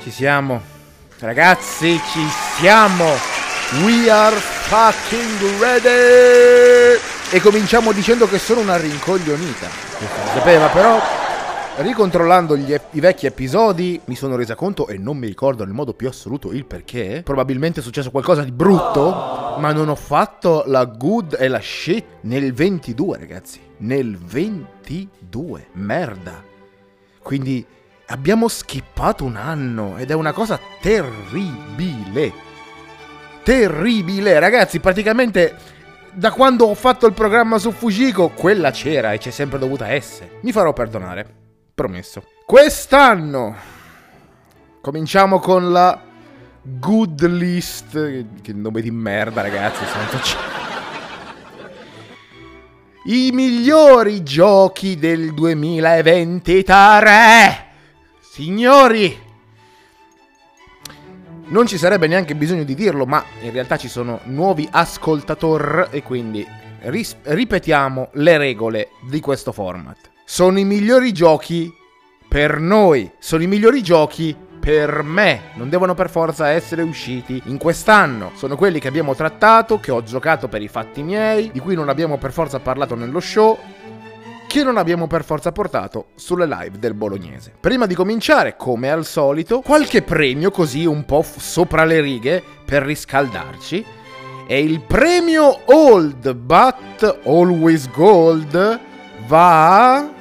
Ci siamo. Ragazzi, ci siamo. We are fucking ready. E cominciamo dicendo che sono una rincoglionita. Questo lo sapeva, però ricontrollando i vecchi episodi mi sono resa conto, e non mi ricordo nel modo più assoluto il perché. Probabilmente è successo qualcosa di brutto, ma non ho fatto la good e la shit nel 22, ragazzi. Nel 22. Merda. Quindi abbiamo skippato un anno ed è una cosa terribile. Terribile, ragazzi. Praticamente da quando ho fatto il programma su Fujiko, quella c'era e c'è sempre dovuta essere. Mi farò perdonare, promesso. Quest'anno cominciamo con la good list. Che nome di merda, ragazzi. I migliori giochi del 2023. Signori, non ci sarebbe neanche bisogno di dirlo, ma in realtà ci sono nuovi ascoltatori e quindi ripetiamo le regole di questo format. Sono i migliori giochi per noi, sono i migliori giochi per me, non devono per forza essere usciti in quest'anno. Sono quelli che abbiamo trattato, che ho giocato per i fatti miei, di cui non abbiamo per forza parlato nello show, che non abbiamo per forza portato sulle live del Bolognese. Prima di cominciare, come al solito, qualche premio così un po' sopra le righe per riscaldarci. E il premio Old But Always Gold va a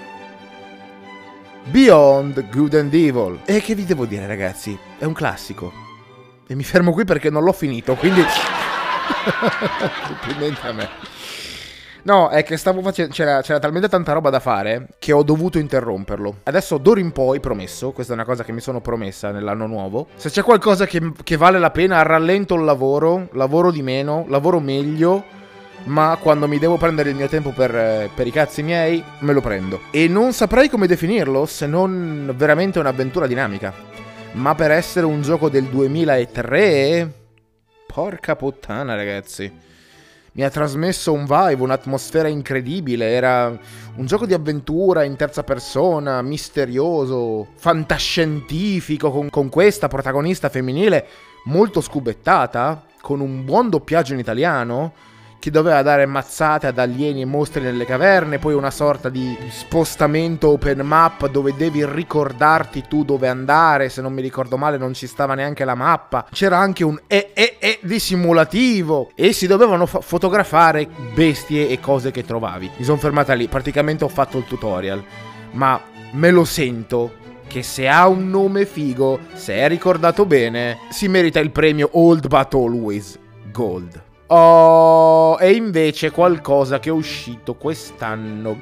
Beyond Good and Evil. E che vi devo dire, ragazzi? È un classico. E mi fermo qui perché non l'ho finito, quindi complimenti a me. No, è che stavo facendo. C'era talmente tanta roba da fare che ho dovuto interromperlo. Adesso d'ora in poi, promesso, questa è una cosa che mi sono promessa nell'anno nuovo, se c'è qualcosa che vale la pena, rallento il lavoro di meno, lavoro meglio, ma quando mi devo prendere il mio tempo per i cazzi miei, me lo prendo. E non saprei come definirlo se non veramente un'avventura dinamica. Ma per essere un gioco del 2003, porca puttana, ragazzi. Mi ha trasmesso un vibe, un'atmosfera incredibile. Era un gioco di avventura in terza persona, misterioso, fantascientifico, con questa protagonista femminile molto scubettata, con un buon doppiaggio in italiano, che doveva dare mazzate ad alieni e mostri nelle caverne, poi una sorta di spostamento open map dove devi ricordarti tu dove andare. Se non mi ricordo male non ci stava neanche la mappa. C'era anche un di simulativo e si dovevano fotografare bestie e cose che trovavi. Mi sono fermata lì, praticamente ho fatto il tutorial, ma me lo sento che se ha un nome figo, se è ricordato bene, si merita il premio Old But Always Gold. Oh, e invece qualcosa che è uscito quest'anno,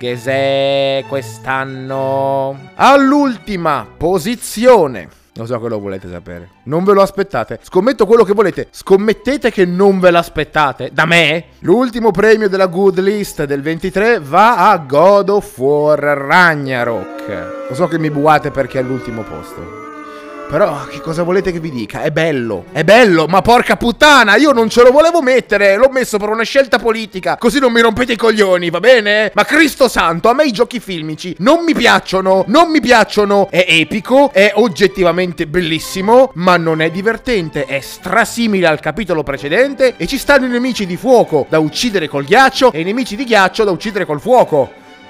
quest'anno, all'ultima posizione. Lo so che lo volete sapere, non ve lo aspettate. Scommetto quello che volete, scommettete che non ve l'aspettate da me. L'ultimo premio della good list del 23 va a God of War Ragnarok. Lo so che mi buate perché è all'ultimo posto, però che cosa volete che vi dica? È bello, ma porca puttana, io non ce lo volevo mettere, l'ho messo per una scelta politica, così non mi rompete i coglioni, va bene? Ma Cristo santo, a me i giochi filmici non mi piacciono, è epico, è oggettivamente bellissimo, ma non è divertente, è strasimile al capitolo precedente e ci stanno i nemici di fuoco da uccidere col ghiaccio e i nemici di ghiaccio da uccidere col fuoco.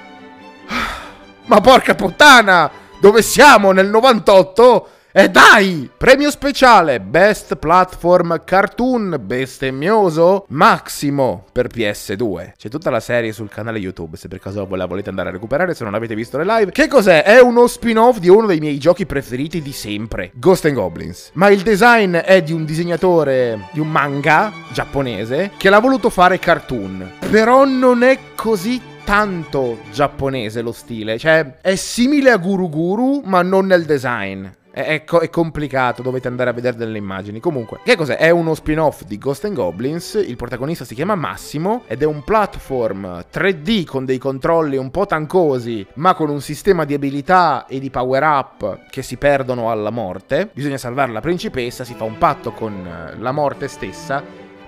Ma porca puttana, dove siamo nel 98? E dai! Premio speciale Best Platform Cartoon bestemmioso Maximo per PS2. C'è tutta la serie sul canale YouTube, se per caso la volete andare a recuperare, se non avete visto le live. Che cos'è? È uno spin-off di uno dei miei giochi preferiti di sempre, Ghosts and Goblins. Ma il design è di un disegnatore di un manga giapponese che l'ha voluto fare cartoon. Però non è così tanto giapponese lo stile, cioè è simile a Guru Guru ma non nel design. È complicato, dovete andare a vedere delle immagini. Comunque, che cos'è? È uno spin-off di Ghosts and Goblins. Il protagonista si chiama Massimo ed è un platform 3D con dei controlli un po' tancosi, ma con un sistema di abilità e di power-up che si perdono alla morte. Bisogna salvare la principessa, si fa un patto con la morte stessa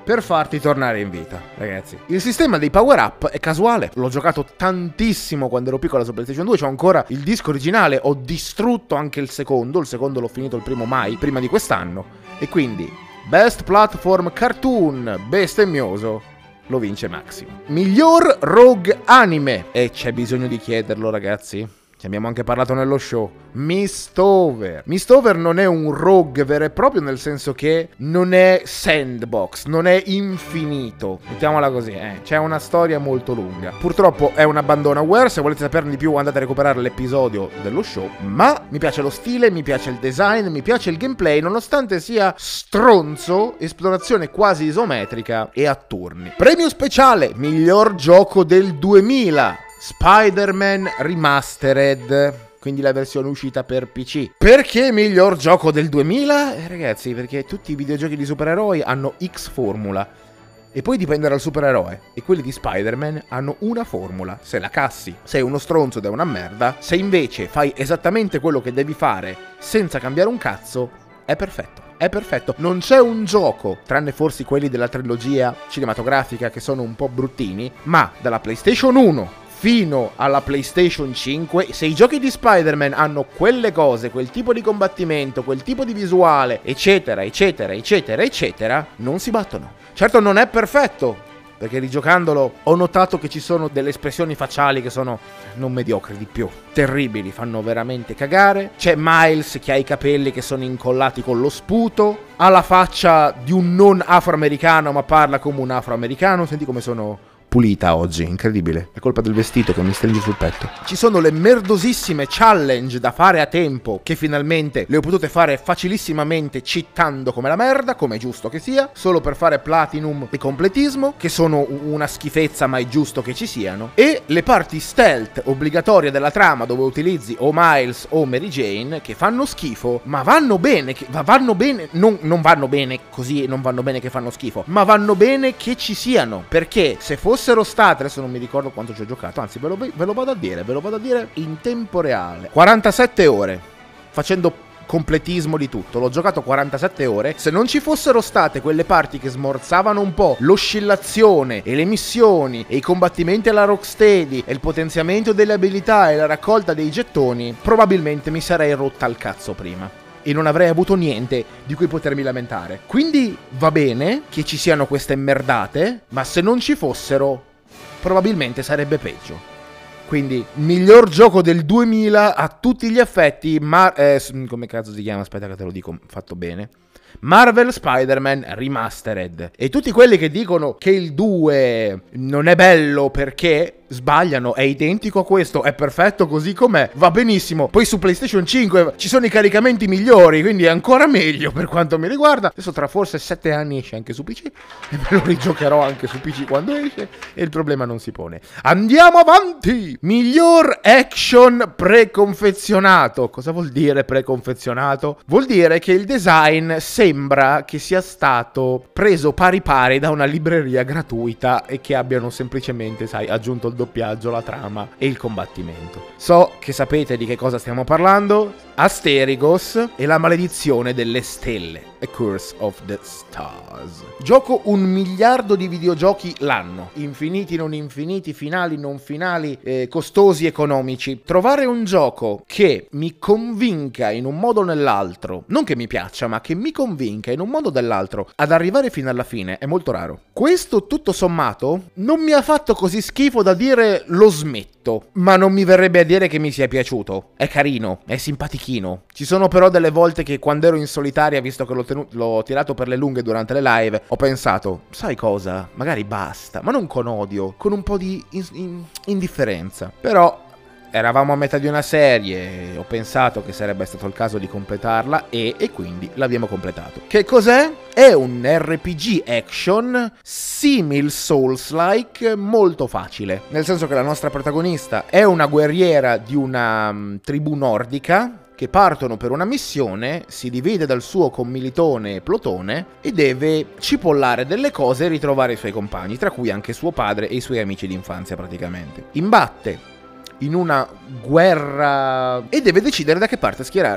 per farti tornare in vita, ragazzi. Il sistema dei power up è casuale. L'ho giocato tantissimo quando ero piccolo su PlayStation 2. C'ho ancora il disco originale. Ho distrutto anche il secondo. Il secondo l'ho finito il 1 mai, prima di quest'anno. E quindi, Best Platform Cartoon, bestemmioso, lo vince Maximo. Miglior rogue anime. E c'è bisogno di chiederlo, ragazzi. Ci abbiamo anche parlato nello show. Mistover. Mistover non è un rogue vero e proprio, nel senso che non è sandbox, non è infinito. Mettiamola così, c'è una storia molto lunga. Purtroppo è un Abandonware. Se volete saperne di più andate a recuperare l'episodio dello show. Ma mi piace lo stile, mi piace il design, mi piace il gameplay, nonostante sia stronzo, esplorazione quasi isometrica e a turni. Premio speciale, miglior gioco del 2000. Spider-Man Remastered, quindi la versione uscita per PC. Perché miglior gioco del 2000? Ragazzi, perché tutti i videogiochi di supereroi hanno X formula e poi dipende dal supereroe. E quelli di Spider-Man hanno una formula: se la cassi sei uno stronzo ed è una merda, se invece fai esattamente quello che devi fare senza cambiare un cazzo, è perfetto. È perfetto. Non c'è un gioco, tranne forse quelli della trilogia cinematografica che sono un po' bruttini, ma dalla PlayStation 1 fino alla PlayStation 5, se i giochi di Spider-Man hanno quelle cose, quel tipo di combattimento, quel tipo di visuale, eccetera, eccetera, eccetera, eccetera, non si battono. Certo non è perfetto, perché rigiocandolo ho notato che ci sono delle espressioni facciali che sono non mediocri di più, terribili, fanno veramente cagare. C'è Miles che ha i capelli che sono incollati con lo sputo, ha la faccia di un non afroamericano ma parla come un afroamericano. Senti come sono pulita oggi, incredibile. È colpa del vestito che mi stringe sul petto. Ci sono le merdosissime challenge da fare a tempo, che finalmente le ho potute fare facilissimamente cheatando come la merda, come è giusto che sia, solo per fare platinum e completismo, che sono una schifezza ma è giusto che ci siano. E le parti stealth obbligatorie della trama, dove utilizzi o Miles o Mary Jane, che fanno schifo, ma vanno bene, vanno bene, non vanno bene così, non vanno bene che fanno schifo, ma vanno bene che ci siano, perché se fossero state, adesso non mi ricordo quanto ci ho giocato, anzi ve lo vado a dire in tempo reale, 47 ore, facendo completismo di tutto. L'ho giocato 47 ore. Se non ci fossero state quelle parti che smorzavano un po' l'oscillazione e le missioni e i combattimenti alla Rocksteady e il potenziamento delle abilità e la raccolta dei gettoni, probabilmente mi sarei rotta il cazzo prima e non avrei avuto niente di cui potermi lamentare. Quindi va bene che ci siano queste merdate, ma se non ci fossero probabilmente sarebbe peggio. Quindi miglior gioco del 2000 a tutti gli effetti, come cazzo si chiama? Aspetta che te lo dico fatto bene. Marvel Spider-Man Remastered. E tutti quelli che dicono che il 2 non è bello perché sbagliano, è identico a questo, è perfetto così com'è, va benissimo. Poi su PlayStation 5 ci sono i caricamenti migliori, quindi è ancora meglio per quanto mi riguarda. Adesso tra forse 7 anni esce anche su PC e me lo rigiocherò anche su PC quando esce e il problema non si pone. Andiamo avanti! Miglior action preconfezionato. Cosa vuol dire preconfezionato? Vuol dire che il design sembra che sia stato preso pari pari da una libreria gratuita e che abbiano semplicemente, sai, aggiunto il doppiaggio, la trama e il combattimento. So che sapete di che cosa stiamo parlando. Asterigos e la maledizione delle stelle. A Curse of the Stars. Gioco 1 miliardo di videogiochi l'anno. Infiniti, non infiniti, finali, non finali, costosi, economici. Trovare un gioco che mi convinca in un modo o nell'altro, non che mi piaccia, ma che mi convinca in un modo o nell'altro ad arrivare fino alla fine, è molto raro. Questo, tutto sommato, non mi ha fatto così schifo da dire lo smetto, ma non mi verrebbe a dire che mi sia piaciuto. È carino, è simpatichino. Ci sono però delle volte che quando ero in solitaria, visto che l'ho tirato per le lunghe durante le live, ho pensato, sai cosa? Magari basta, ma non con odio, con un po' di indifferenza. Però eravamo a metà di una serie, ho pensato che sarebbe stato il caso di completarla e quindi l'abbiamo completato. Che cos'è? È un RPG action simil Souls-like, molto facile, nel senso che la nostra protagonista è una guerriera di una tribù nordica che partono per una missione, si divide dal suo commilitone Plotone e deve cipollare delle cose e ritrovare i suoi compagni, tra cui anche suo padre e i suoi amici d'infanzia praticamente. Imbatte in una guerra e deve decidere da che parte schierarsi.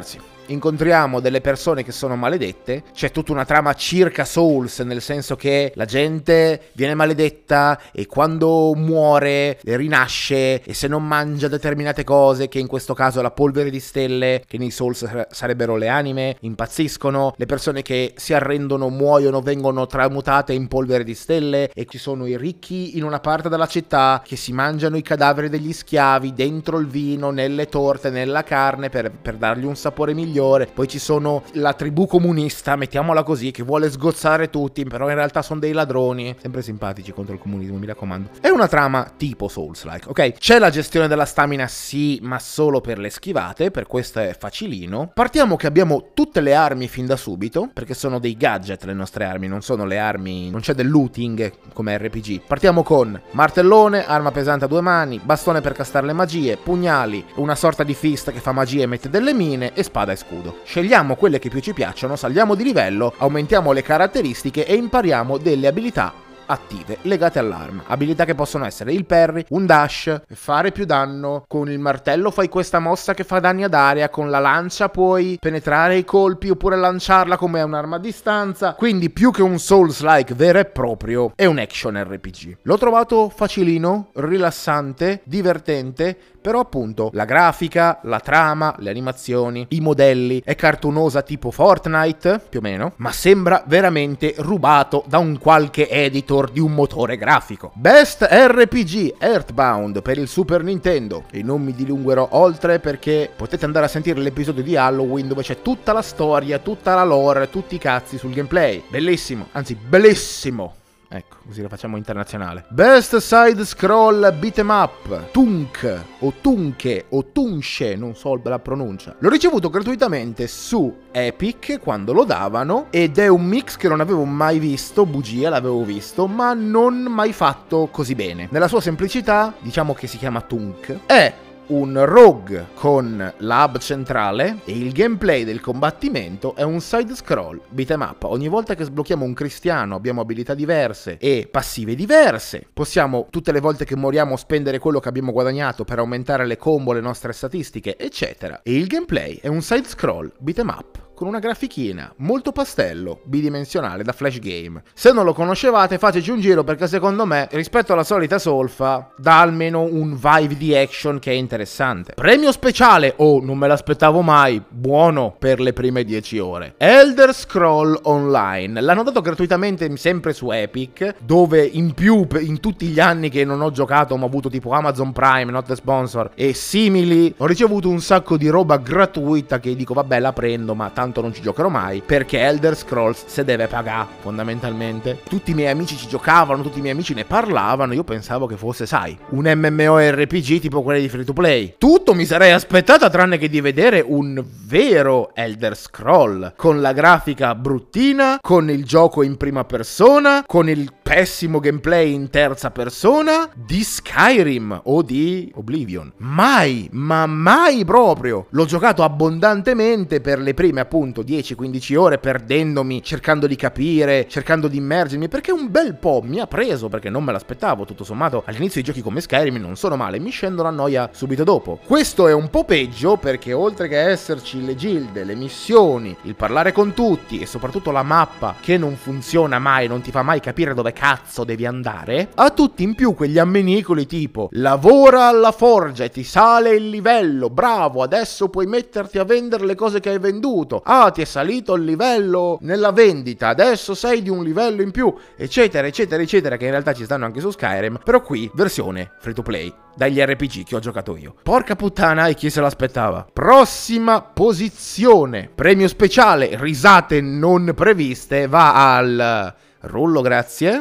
incontriamo delle persone che sono maledette, c'è tutta una trama circa Souls, nel senso che la gente viene maledetta e quando muore rinasce, e se non mangia determinate cose, che in questo caso la polvere di stelle, che nei Souls sarebbero le anime, impazziscono, le persone che si arrendono muoiono, vengono tramutate in polvere di stelle, e ci sono i ricchi in una parte della città che si mangiano i cadaveri degli schiavi dentro il vino, nelle torte, nella carne per dargli un sapore migliore. Poi ci sono la tribù comunista, mettiamola così, che vuole sgozzare tutti, però in realtà sono dei ladroni, sempre simpatici contro il comunismo, mi raccomando. È una trama tipo Souls-like, ok? C'è la gestione della stamina, sì, ma solo per le schivate, per questo è facilino. Partiamo che abbiamo tutte le armi fin da subito, perché sono dei gadget le nostre armi, non sono le armi, non c'è del looting come RPG. Partiamo con martellone, arma pesante a 2 mani, bastone per castare le magie, pugnali, una sorta di fist che fa magie e mette delle mine, e spada e scudo. Scegliamo quelle che più ci piacciono, saliamo di livello, aumentiamo le caratteristiche e impariamo delle abilità attive legate all'arma. Abilità che possono essere il parry, un dash, fare più danno, con il martello fai questa mossa che fa danni ad area, con la lancia puoi penetrare i colpi oppure lanciarla come un'arma a distanza. Quindi più che un Souls-like vero e proprio è un action RPG. L'ho trovato facilino, rilassante, divertente, però appunto la grafica, la trama, le animazioni, i modelli è cartunosa tipo Fortnite, più o meno, ma sembra veramente rubato da un qualche editor di un motore grafico. Best RPG Earthbound per il Super Nintendo, e non mi dilungherò oltre perché potete andare a sentire l'episodio di Halloween dove c'è tutta la storia, tutta la lore, tutti i cazzi sul gameplay. Bellissimo, anzi bellissimo. Ecco, così la facciamo internazionale. Best Side Scroll Beat'em Up, Tunk, o Tunche, o Tunsce, non so la pronuncia. L'ho ricevuto gratuitamente su Epic quando lo davano, ed è un mix che non avevo mai visto, bugia, l'avevo visto, ma non mai fatto così bene. Nella sua semplicità, diciamo che si chiama Tunk, è un rogue con la hub centrale, e il gameplay del combattimento è un side scroll beat'em up. Ogni volta che sblocchiamo un cristiano abbiamo abilità diverse e passive diverse. Possiamo tutte le volte che moriamo spendere quello che abbiamo guadagnato per aumentare le combo, le nostre statistiche, eccetera. E il gameplay è un side scroll beat'em up con una grafichina molto pastello, bidimensionale, da flash game. Se non lo conoscevate fateci un giro, perché secondo me, rispetto alla solita solfa, dà almeno un vibe di action che è interessante. Premio speciale, non me l'aspettavo mai, buono per le prime 10 ore. Elder Scroll Online, l'hanno dato gratuitamente sempre su Epic, dove in più, in tutti gli anni che non ho giocato, ma ho avuto tipo Amazon Prime, not the sponsor, e simili, ho ricevuto un sacco di roba gratuita che dico vabbè la prendo, ma tanto non ci giocherò mai, perché Elder Scrolls se deve pagare fondamentalmente. Tutti i miei amici ci giocavano, tutti i miei amici ne parlavano, io pensavo che fosse, sai, un MMORPG tipo quelli di free to play. Tutto mi sarei aspettata tranne che di vedere un vero Elder Scroll, con la grafica bruttina, con il gioco in prima persona, con il pessimo gameplay in terza persona di Skyrim o di Oblivion. Mai, ma mai proprio. L'ho giocato abbondantemente per le prime appunto 10-15 ore, perdendomi, cercando di capire, cercando di immergermi, perché un bel po' mi ha preso, perché non me l'aspettavo. Tutto sommato all'inizio i giochi come Skyrim non sono male, mi scendono a noia subito dopo. Questo è un po' peggio, perché oltre che esserci le gilde, le missioni, il parlare con tutti e soprattutto la mappa che non funziona mai, non ti fa mai capire dove cazzo devi andare, ha tutti in più quegli ammenicoli tipo lavora alla forgia e ti sale il livello, bravo, adesso puoi metterti a vendere le cose che hai venduto, ti è salito il livello nella vendita, adesso sei di un livello in più, eccetera eccetera eccetera, che in realtà ci stanno anche su Skyrim, però qui versione free to play dagli RPG che ho giocato io. Porca puttana, e chi se l'aspettava. Prossima posizione, premio speciale, risate non previste, va al rullo, grazie.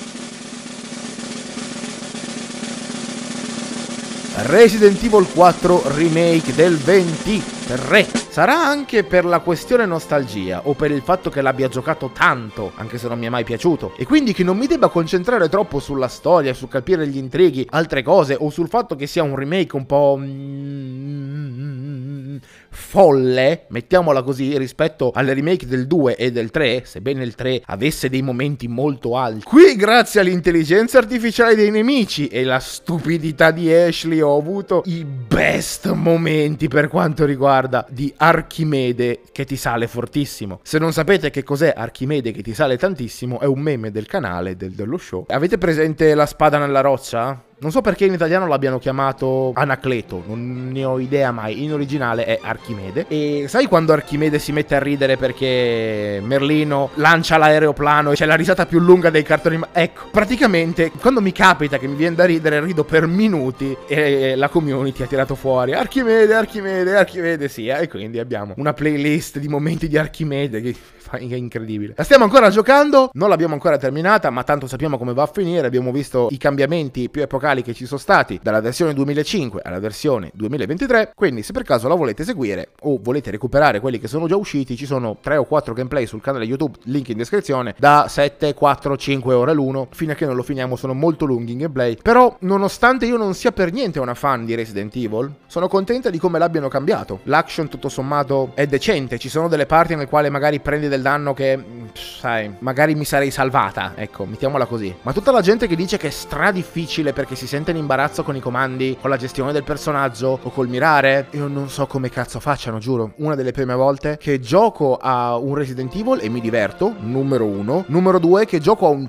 Resident Evil 4 Remake del 23. Sarà anche per la questione nostalgia o per il fatto che l'abbia giocato tanto, anche se non mi è mai piaciuto, e quindi che non mi debba concentrare troppo sulla storia, su capire gli intrighi, altre cose, o sul fatto che sia un remake un po' folle, mettiamola così, rispetto alle remake del 2 e del 3, sebbene il 3 avesse dei momenti molto alti. Qui, grazie all'intelligenza artificiale dei nemici e la stupidità di Ashley, ho avuto i best momenti per quanto riguarda di Archimede che ti sale fortissimo. Se non sapete che cos'è Archimede che ti sale tantissimo, è un meme del canale, dello show. Avete presente la spada nella roccia? Non so perché in italiano l'abbiano chiamato Anacleto, non ne ho idea mai, in originale è Archimede. E sai quando Archimede si mette a ridere perché Merlino lancia l'aeroplano e c'è la risata più lunga dei cartoni? Ecco, praticamente quando mi capita che mi viene da ridere, rido per minuti e la community ha tirato fuori Archimede, Archimede, Archimede, sì, e quindi abbiamo una playlist di momenti di Archimede che è incredibile. La stiamo ancora giocando, non l'abbiamo ancora terminata, ma tanto sappiamo come va a finire. Abbiamo visto i cambiamenti più epocali che ci sono stati dalla versione 2005 alla versione 2023, quindi se per caso la volete seguire o volete recuperare quelli che sono già usciti, ci sono 3 o 4 gameplay sul canale YouTube, link in descrizione, da 7, 4, 5 ore l'uno, fino a che non lo finiamo. Sono molto lunghi in gameplay, però nonostante io non sia per niente una fan di Resident Evil, sono contenta di come l'abbiano cambiato. L'action tutto sommato è decente, ci sono delle parti nelle quali magari prendi del danno che, sai, magari mi sarei salvata, ecco, mettiamola così. Ma tutta la gente che dice che è stra difficile perché si sente in imbarazzo con i comandi, con la gestione del personaggio o col mirare, io non so come cazzo facciano, giuro. Una delle prime volte che gioco a un Resident Evil e mi diverto, numero 1. Numero 2, che gioco a un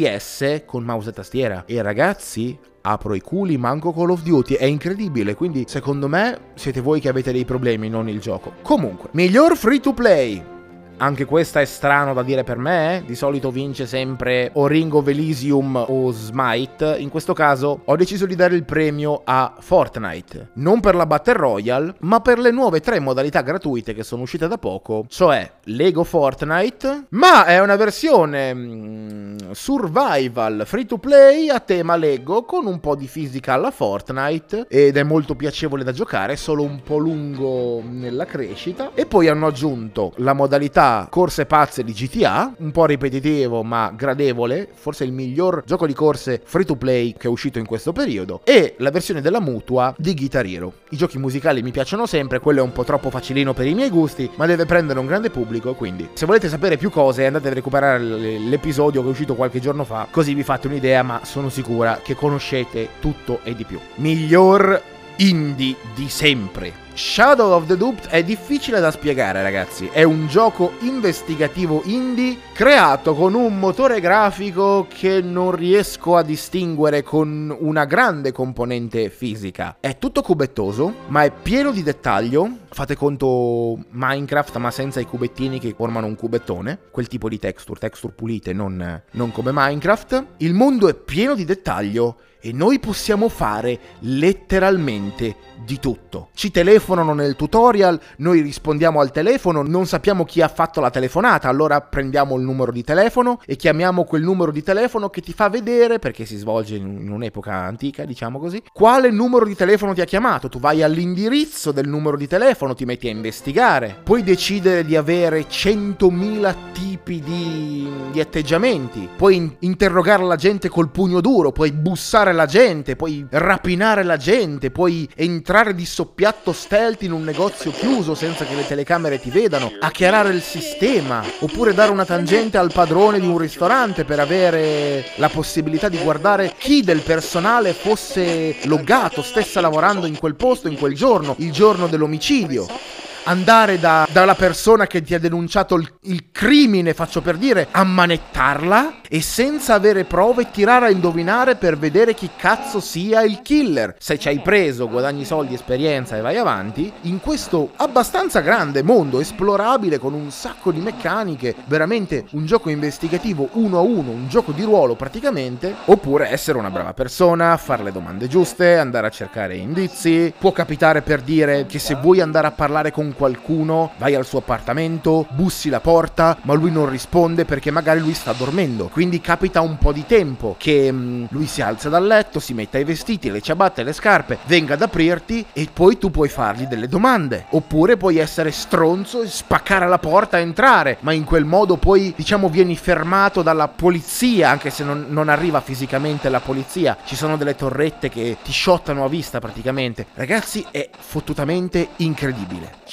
TPS con mouse e tastiera. E ragazzi, apro i culi, manco Call of Duty, è incredibile. Quindi secondo me siete voi che avete dei problemi, non il gioco. Comunque, miglior free to play. Anche questa è strano da dire per me, Di solito vince sempre o Ring of Elysium o Smite. In questo caso ho deciso di dare il premio a Fortnite, non per la Battle Royale, ma per le nuove 3 modalità gratuite che sono uscite da poco, cioè Lego Fortnite, ma è una versione survival free to play a tema Lego con un po' di fisica alla Fortnite ed è molto piacevole da giocare, solo un po' lungo nella crescita. E poi hanno aggiunto la modalità corse pazze di GTA, un po' ripetitivo ma gradevole, forse il miglior gioco di corse free to play che è uscito in questo periodo, e la versione della mutua di Guitar Hero. I giochi musicali mi piacciono sempre, quello è un po' troppo facilino per i miei gusti, ma deve prendere un grande pubblico, quindi se volete sapere più cose andate a recuperare l'episodio che è uscito qualche giorno fa, così vi fate un'idea, ma sono sicura che conoscete tutto e di più. Miglior indie di sempre. Shadow of the Duped è difficile da spiegare, ragazzi. È un gioco investigativo indie creato con un motore grafico che non riesco a distinguere con una grande componente fisica. È tutto cubettoso, ma è pieno di dettaglio. Fate conto Minecraft, ma senza i cubettini che formano un cubettone. Quel tipo di texture pulite, non come Minecraft. Il mondo è pieno di dettaglio e noi possiamo fare letteralmente di tutto. Ci telefonano nel tutorial, noi rispondiamo al telefono, non sappiamo chi ha fatto la telefonata, allora prendiamo il numero di telefono e chiamiamo quel numero di telefono che ti fa vedere, perché si svolge in un'epoca antica, diciamo così, quale numero di telefono ti ha chiamato. Tu vai all'indirizzo del numero di telefono, ti metti a investigare, puoi decidere di avere 100.000 tipi di atteggiamenti, puoi interrogare la gente col pugno duro, puoi bussare la gente, puoi rapinare la gente, puoi entrare di soppiatto stealth in un negozio chiuso senza che le telecamere ti vedano, hackerare il sistema, oppure dare una tangente al padrone di un ristorante per avere la possibilità di guardare chi del personale fosse loggato, stesse lavorando in quel posto in quel giorno, il giorno dell'omicidio. Andare dalla persona che ti ha denunciato il crimine, faccio per dire, ammanettarla e senza avere prove tirare a indovinare per vedere chi cazzo sia il killer. Se ci hai preso, guadagni soldi, esperienza e vai avanti in questo abbastanza grande mondo esplorabile con un sacco di meccaniche, veramente un gioco investigativo 1 a 1, un gioco di ruolo praticamente. Oppure essere una brava persona, fare le domande giuste, andare a cercare indizi. Può capitare, per dire, che se vuoi andare a parlare con qualcuno, vai al suo appartamento, bussi la porta, ma lui non risponde perché magari lui sta dormendo. Quindi capita un po' di tempo che lui si alza dal letto, si metta i vestiti, le ciabatte, le scarpe, venga ad aprirti e poi tu puoi fargli delle domande. Oppure puoi essere stronzo e spaccare la porta e entrare, ma in quel modo poi, diciamo, vieni fermato dalla polizia, anche se non arriva fisicamente la polizia. Ci sono delle torrette che ti shottano a vista praticamente. Ragazzi, è fottutamente incredibile. Ci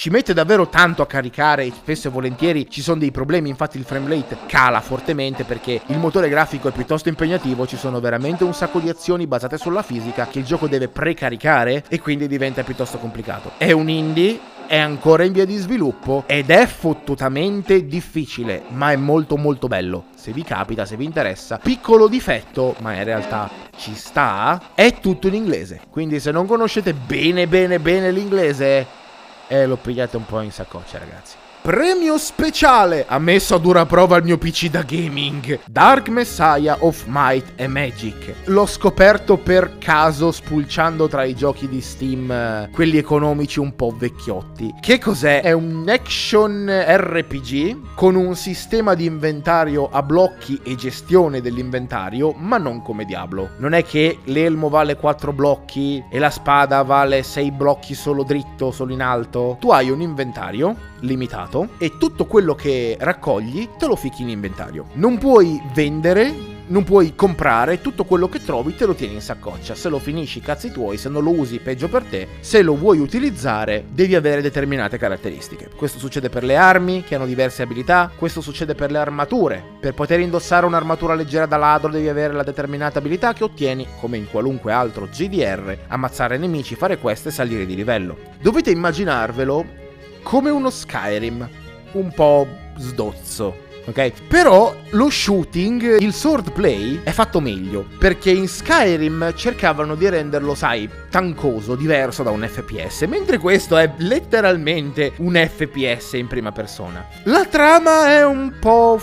ci mette davvero tanto a caricare e spesso e volentieri ci sono dei problemi, infatti il frame rate cala fortemente perché il motore grafico è piuttosto impegnativo, ci sono veramente un sacco di azioni basate sulla fisica che il gioco deve precaricare e quindi diventa piuttosto complicato. È un indie, è ancora in via di sviluppo ed è fottutamente difficile, ma è molto molto bello. Se vi capita, se vi interessa. Piccolo difetto, ma in realtà ci sta, è tutto in inglese. Quindi se non conoscete bene l'inglese, lo pigliate un po' in saccoccia, ragazzi. Premio speciale ha messo a dura prova il mio PC da gaming, Dark Messiah of Might and Magic. L'ho scoperto per caso spulciando tra i giochi di Steam, quelli economici un po' vecchiotti. Che cos'è? È un action RPG con un sistema di inventario a blocchi e gestione dell'inventario, ma non come Diablo. Non è che l'elmo vale 4 blocchi e la spada vale 6 blocchi solo dritto, solo in alto. Tu hai un inventario limitato e tutto quello che raccogli te lo fichi in inventario. Non puoi vendere, non puoi comprare, tutto quello che trovi te lo tieni in saccoccia. Se lo finisci, cazzi tuoi, se non lo usi, peggio per te. Se lo vuoi utilizzare, devi avere determinate caratteristiche. Questo succede per le armi, che hanno diverse abilità. Questo succede per le armature. Per poter indossare un'armatura leggera da ladro devi avere la determinata abilità che ottieni, come in qualunque altro GDR, ammazzare nemici, fare quest e salire di livello. Dovete immaginarvelo come uno Skyrim, un po' sdozzo, ok? Però lo shooting, il swordplay è fatto meglio, perché in Skyrim cercavano di renderlo, sai, tancoso, diverso da un FPS, mentre questo è letteralmente un FPS in prima persona. La trama è un po'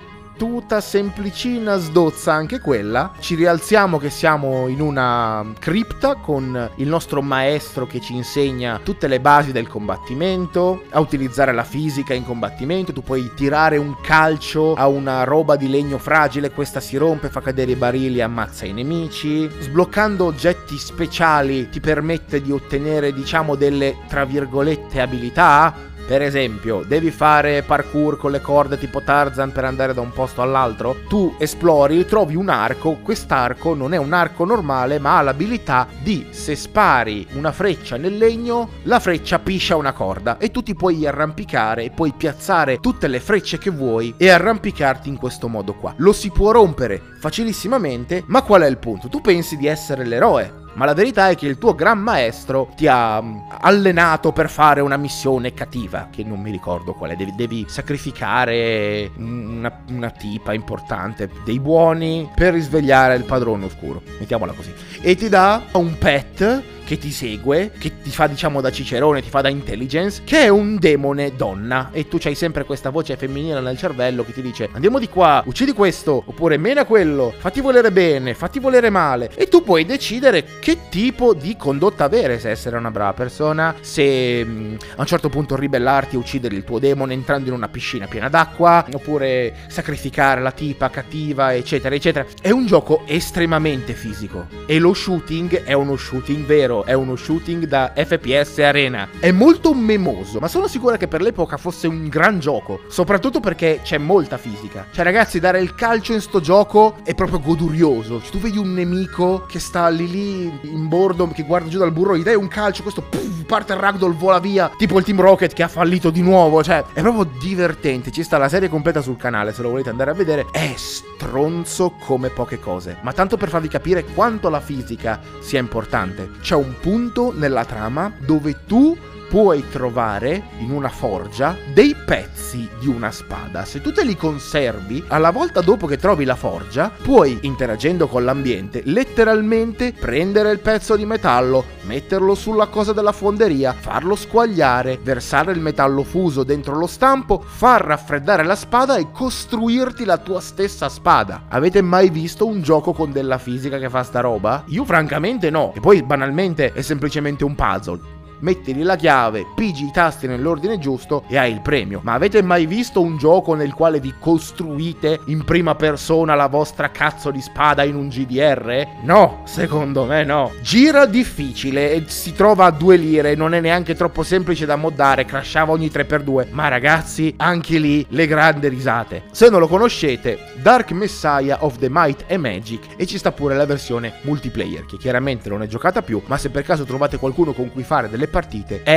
tutta semplicina, sdozza anche quella. Ci rialziamo che siamo in una cripta con il nostro maestro che ci insegna tutte le basi del combattimento, a utilizzare la fisica in combattimento. Tu puoi tirare un calcio a una roba di legno fragile, questa si rompe, fa cadere i barili e ammazza i nemici. Sbloccando oggetti speciali ti permette di ottenere, diciamo, delle, tra virgolette, abilità. Per esempio, devi fare parkour con le corde tipo Tarzan per andare da un posto all'altro. Tu esplori, trovi un arco. Quest'arco non è un arco normale, ma ha l'abilità di, se spari una freccia nel legno, la freccia piscia una corda e tu ti puoi arrampicare e puoi piazzare tutte le frecce che vuoi e arrampicarti in questo modo qua. Lo si può rompere facilissimamente, ma qual è il punto? Tu pensi di essere l'eroe, ma la verità è che il tuo gran maestro ti ha allenato per fare una missione cattiva, che non mi ricordo qual è. Devi sacrificare una tipa importante dei buoni per risvegliare il padrone oscuro, mettiamola così. E ti dà un pet che ti segue, che ti fa, diciamo, da cicerone, ti fa da intelligence, che è un demone donna. E tu c'hai sempre questa voce femminile nel cervello che ti dice: andiamo di qua, uccidi questo, oppure mena quello, fatti volere bene, fatti volere male. E tu puoi decidere che tipo di condotta avere, se essere una brava persona, se a un certo punto ribellarti e uccidere il tuo demone entrando in una piscina piena d'acqua, oppure sacrificare la tipa cattiva, eccetera eccetera. È un gioco estremamente fisico e lo shooting è uno shooting vero, è uno shooting da FPS arena. È molto memoso, ma sono sicura che per l'epoca fosse un gran gioco, soprattutto perché c'è molta fisica. Cioè ragazzi, dare il calcio in sto gioco è proprio godurioso. Cioè, tu vedi un nemico che sta lì in bordo, che guarda giù dal burro, gli dai un calcio, questo parte il ragdoll, vola via, tipo il Team Rocket che ha fallito di nuovo. Cioè è proprio divertente. Ci sta la serie completa sul canale, se lo volete andare a vedere. È stronzo come poche cose, ma tanto per farvi capire quanto la fisica sia importante. C'è un punto nella trama dove tu puoi trovare in una forgia dei pezzi di una spada. Se tu te li conservi, alla volta dopo che trovi la forgia, puoi, interagendo con l'ambiente, letteralmente prendere il pezzo di metallo, metterlo sulla cosa della fonderia, farlo squagliare, versare il metallo fuso dentro lo stampo, far raffreddare la spada e costruirti la tua stessa spada. Avete mai visto un gioco con della fisica che fa sta roba? Io francamente no. E poi banalmente è semplicemente un puzzle. Metti lì la chiave, pigi i tasti nell'ordine giusto e hai il premio. Ma avete mai visto un gioco nel quale vi costruite in prima persona la vostra cazzo di spada in un GDR? No, secondo me no. Gira difficile e si trova a 2 lire, non è neanche troppo semplice da moddare, crashava ogni 3x2. Ma ragazzi, anche lì le grandi risate. Se non lo conoscete, Dark Messiah of the Might and Magic, e ci sta pure la versione multiplayer, che chiaramente non è giocata più, ma se per caso trovate qualcuno con cui fare delle partite, è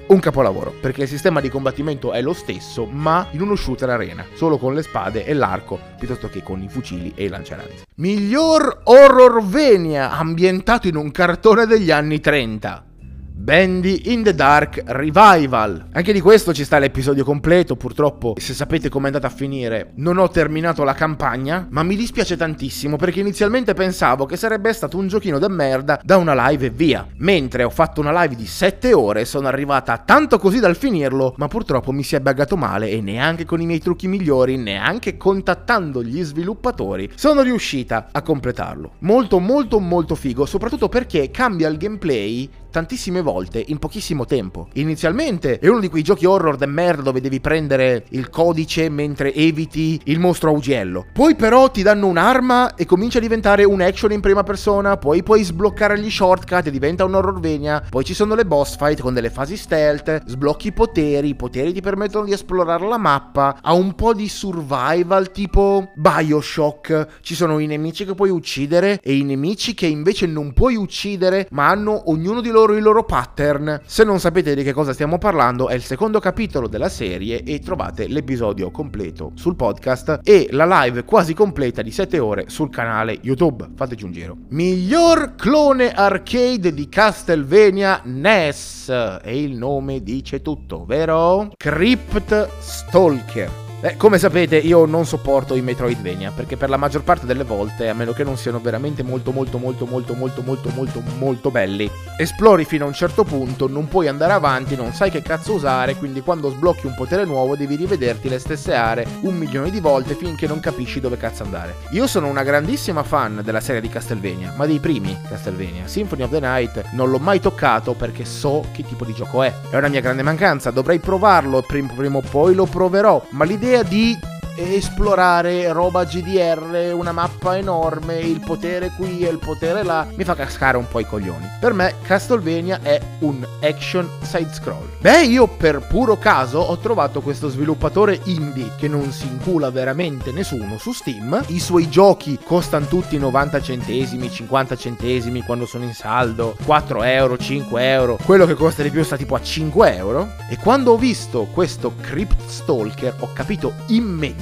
un capolavoro, perché il sistema di combattimento è lo stesso, ma in uno shooter arena, solo con le spade e l'arco, piuttosto che con i fucili e i lanciarazzi. Miglior Horrorvania ambientato in un cartone degli anni 30. Bandy in the Dark Revival. Anche di questo ci sta l'episodio completo. Purtroppo, se sapete com'è andata a finire, non ho terminato la campagna, ma mi dispiace tantissimo perché inizialmente pensavo che sarebbe stato un giochino da merda da una live e via. Mentre ho fatto una live di 7 ore, sono arrivata tanto così dal finirlo, ma purtroppo mi si è buggato male e neanche con i miei trucchi migliori, neanche contattando gli sviluppatori, sono riuscita a completarlo. Molto molto molto figo, soprattutto perché cambia il gameplay tantissime volte in pochissimo tempo. Inizialmente è uno di quei giochi horror de merda dove devi prendere il codice mentre eviti il mostro a ugello. Poi però ti danno un'arma e comincia a diventare un action in prima persona, poi puoi sbloccare gli shortcut e diventa un horrorvania, poi ci sono le boss fight con delle fasi stealth, sblocchi i poteri ti permettono di esplorare la mappa, ha un po' di survival tipo BioShock, ci sono i nemici che puoi uccidere e i nemici che invece non puoi uccidere ma hanno ognuno di loro i loro pattern. Se non sapete di che cosa stiamo parlando, è il secondo capitolo della serie e trovate l'episodio completo sul podcast e la live quasi completa di 7 ore sul canale YouTube. Fateci un giro. Miglior clone arcade di Castlevania NES, e il nome dice tutto, vero? Crypt Stalker. Come sapete io non sopporto i Metroidvania, perché per la maggior parte delle volte, a meno che non siano veramente molto belli, esplori fino a un certo punto, non puoi andare avanti, non sai che cazzo usare, quindi quando sblocchi un potere nuovo devi rivederti le stesse aree 1 milione di volte finché non capisci dove cazzo andare. Io sono una grandissima fan della serie di Castlevania, ma dei primi Castlevania. Symphony of the Night non l'ho mai toccato perché so che tipo di gioco è una mia grande mancanza, dovrei provarlo, prima o poi lo proverò, ma l'idea di esplorare roba GDR, una mappa enorme, il potere qui e il potere là, mi fa cascare un po' i coglioni. Per me Castlevania è un action side scroll. Io per puro caso ho trovato questo sviluppatore indie che non si incula veramente nessuno su Steam. I suoi giochi costano tutti 90 centesimi, 50 centesimi quando sono in saldo, 4 euro, 5 euro, quello che costa di più sta tipo a 5 euro. E quando ho visto questo Crypt Stalker ho capito immediatamente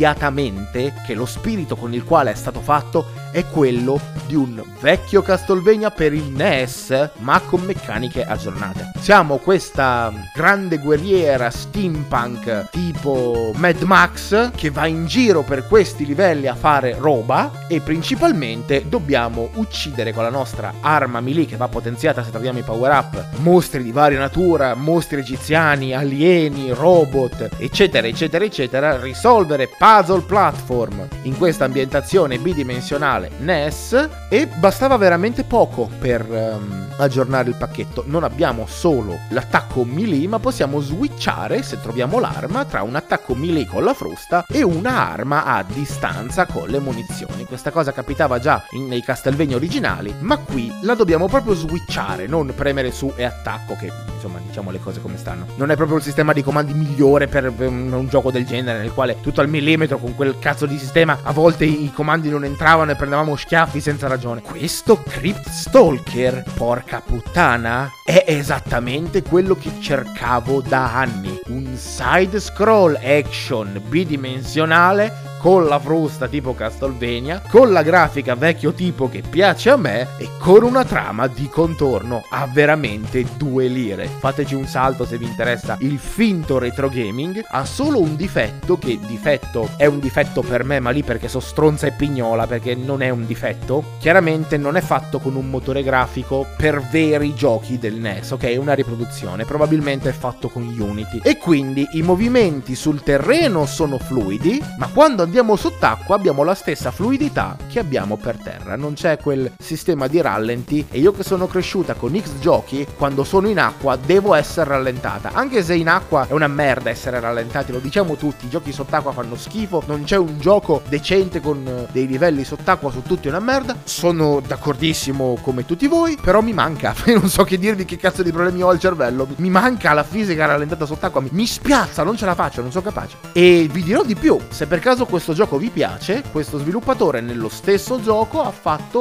che lo spirito con il quale è stato fatto è quello di un vecchio Castlevania per il NES, ma con meccaniche aggiornate. Siamo questa grande guerriera steampunk tipo Mad Max che va in giro per questi livelli a fare roba e principalmente dobbiamo uccidere con la nostra arma melee che va potenziata se troviamo i power up mostri di varia natura, mostri egiziani, alieni, robot, eccetera eccetera eccetera, risolvere puzzle platform in questa ambientazione bidimensionale NES e bastava veramente poco per aggiornare il pacchetto. Non abbiamo solo l'attacco melee, ma possiamo switchare, se troviamo l'arma, tra un attacco melee con la frusta e una arma a distanza con le munizioni. Questa cosa capitava già nei Castlevania originali, ma qui la dobbiamo proprio switchare, non premere su e attacco, che insomma diciamo le cose come stanno. Non è proprio il sistema di comandi migliore per un gioco del genere, nel quale tutto al millimetro con quel cazzo di sistema a volte i comandi non entravano e prendevamo schiaffi senza ragione. Questo Crypt Stalker, porca puttana, è esattamente quello che cercavo da anni. Un side scroll action bidimensionale con la frusta tipo Castlevania, con la grafica vecchio tipo che piace a me e con una trama di contorno a veramente 2 lire. Fateci un salto se vi interessa il finto retro gaming. Ha solo un difetto, che difetto è un difetto per me, ma lì perché so stronza e pignola, perché non è un difetto. Chiaramente non è fatto con un motore grafico per veri giochi del NES, ok? È una riproduzione, probabilmente è fatto con Unity e quindi i movimenti sul terreno sono fluidi, ma quando andiamo sott'acqua abbiamo la stessa fluidità che abbiamo per terra, non c'è quel sistema di rallenti. E io che sono cresciuta con X giochi, quando sono in acqua devo essere rallentata, anche se in acqua è una merda essere rallentati, lo diciamo tutti, i giochi sott'acqua fanno schifo, non c'è un gioco decente con dei livelli sott'acqua, su tutti è una merda. Sono d'accordissimo come tutti voi, però mi manca, non so che dirvi, che cazzo di problemi ho al cervello, mi manca la fisica rallentata sott'acqua, mi spiazza, non ce la faccio, non sono capace. E vi dirò di più, se per caso questo gioco vi piace, questo sviluppatore nello stesso gioco ha fatto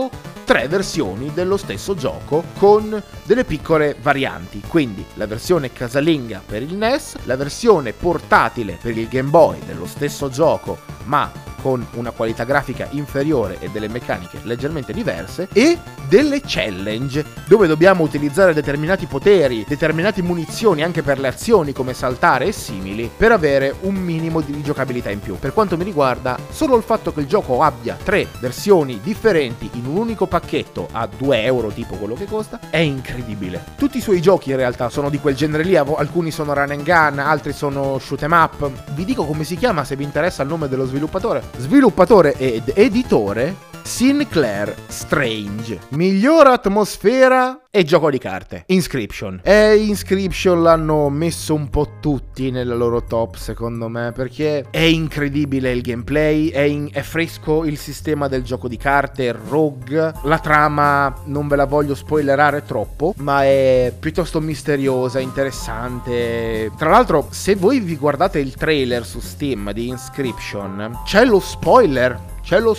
3 versioni dello stesso gioco con delle piccole varianti. Quindi la versione casalinga per il NES, la versione portatile per il Game Boy dello stesso gioco ma con una qualità grafica inferiore e delle meccaniche leggermente diverse, e delle challenge dove dobbiamo utilizzare determinati poteri, determinate munizioni anche per le azioni come saltare e simili, per avere un minimo di giocabilità in più. Per quanto mi riguarda, solo il fatto che il gioco abbia 3 versioni differenti in un unico pacchetto a 2 euro tipo quello che costa è incredibile. Tutti i suoi giochi in realtà sono di quel genere lì, alcuni sono run and gun, altri sono shoot 'em up. Vi dico come si chiama se vi interessa il nome dello sviluppatore. Sviluppatore ed editore Sinclair Strange. Miglior atmosfera e gioco di carte, Inscription. E Inscription l'hanno messo un po' tutti nella loro top secondo me, perché è incredibile il gameplay, è fresco il sistema del gioco di carte, rogue, la trama non ve la voglio spoilerare troppo, ma è piuttosto misteriosa, interessante. Tra l'altro, se voi vi guardate il trailer su Steam di Inscription, c'è lo spoiler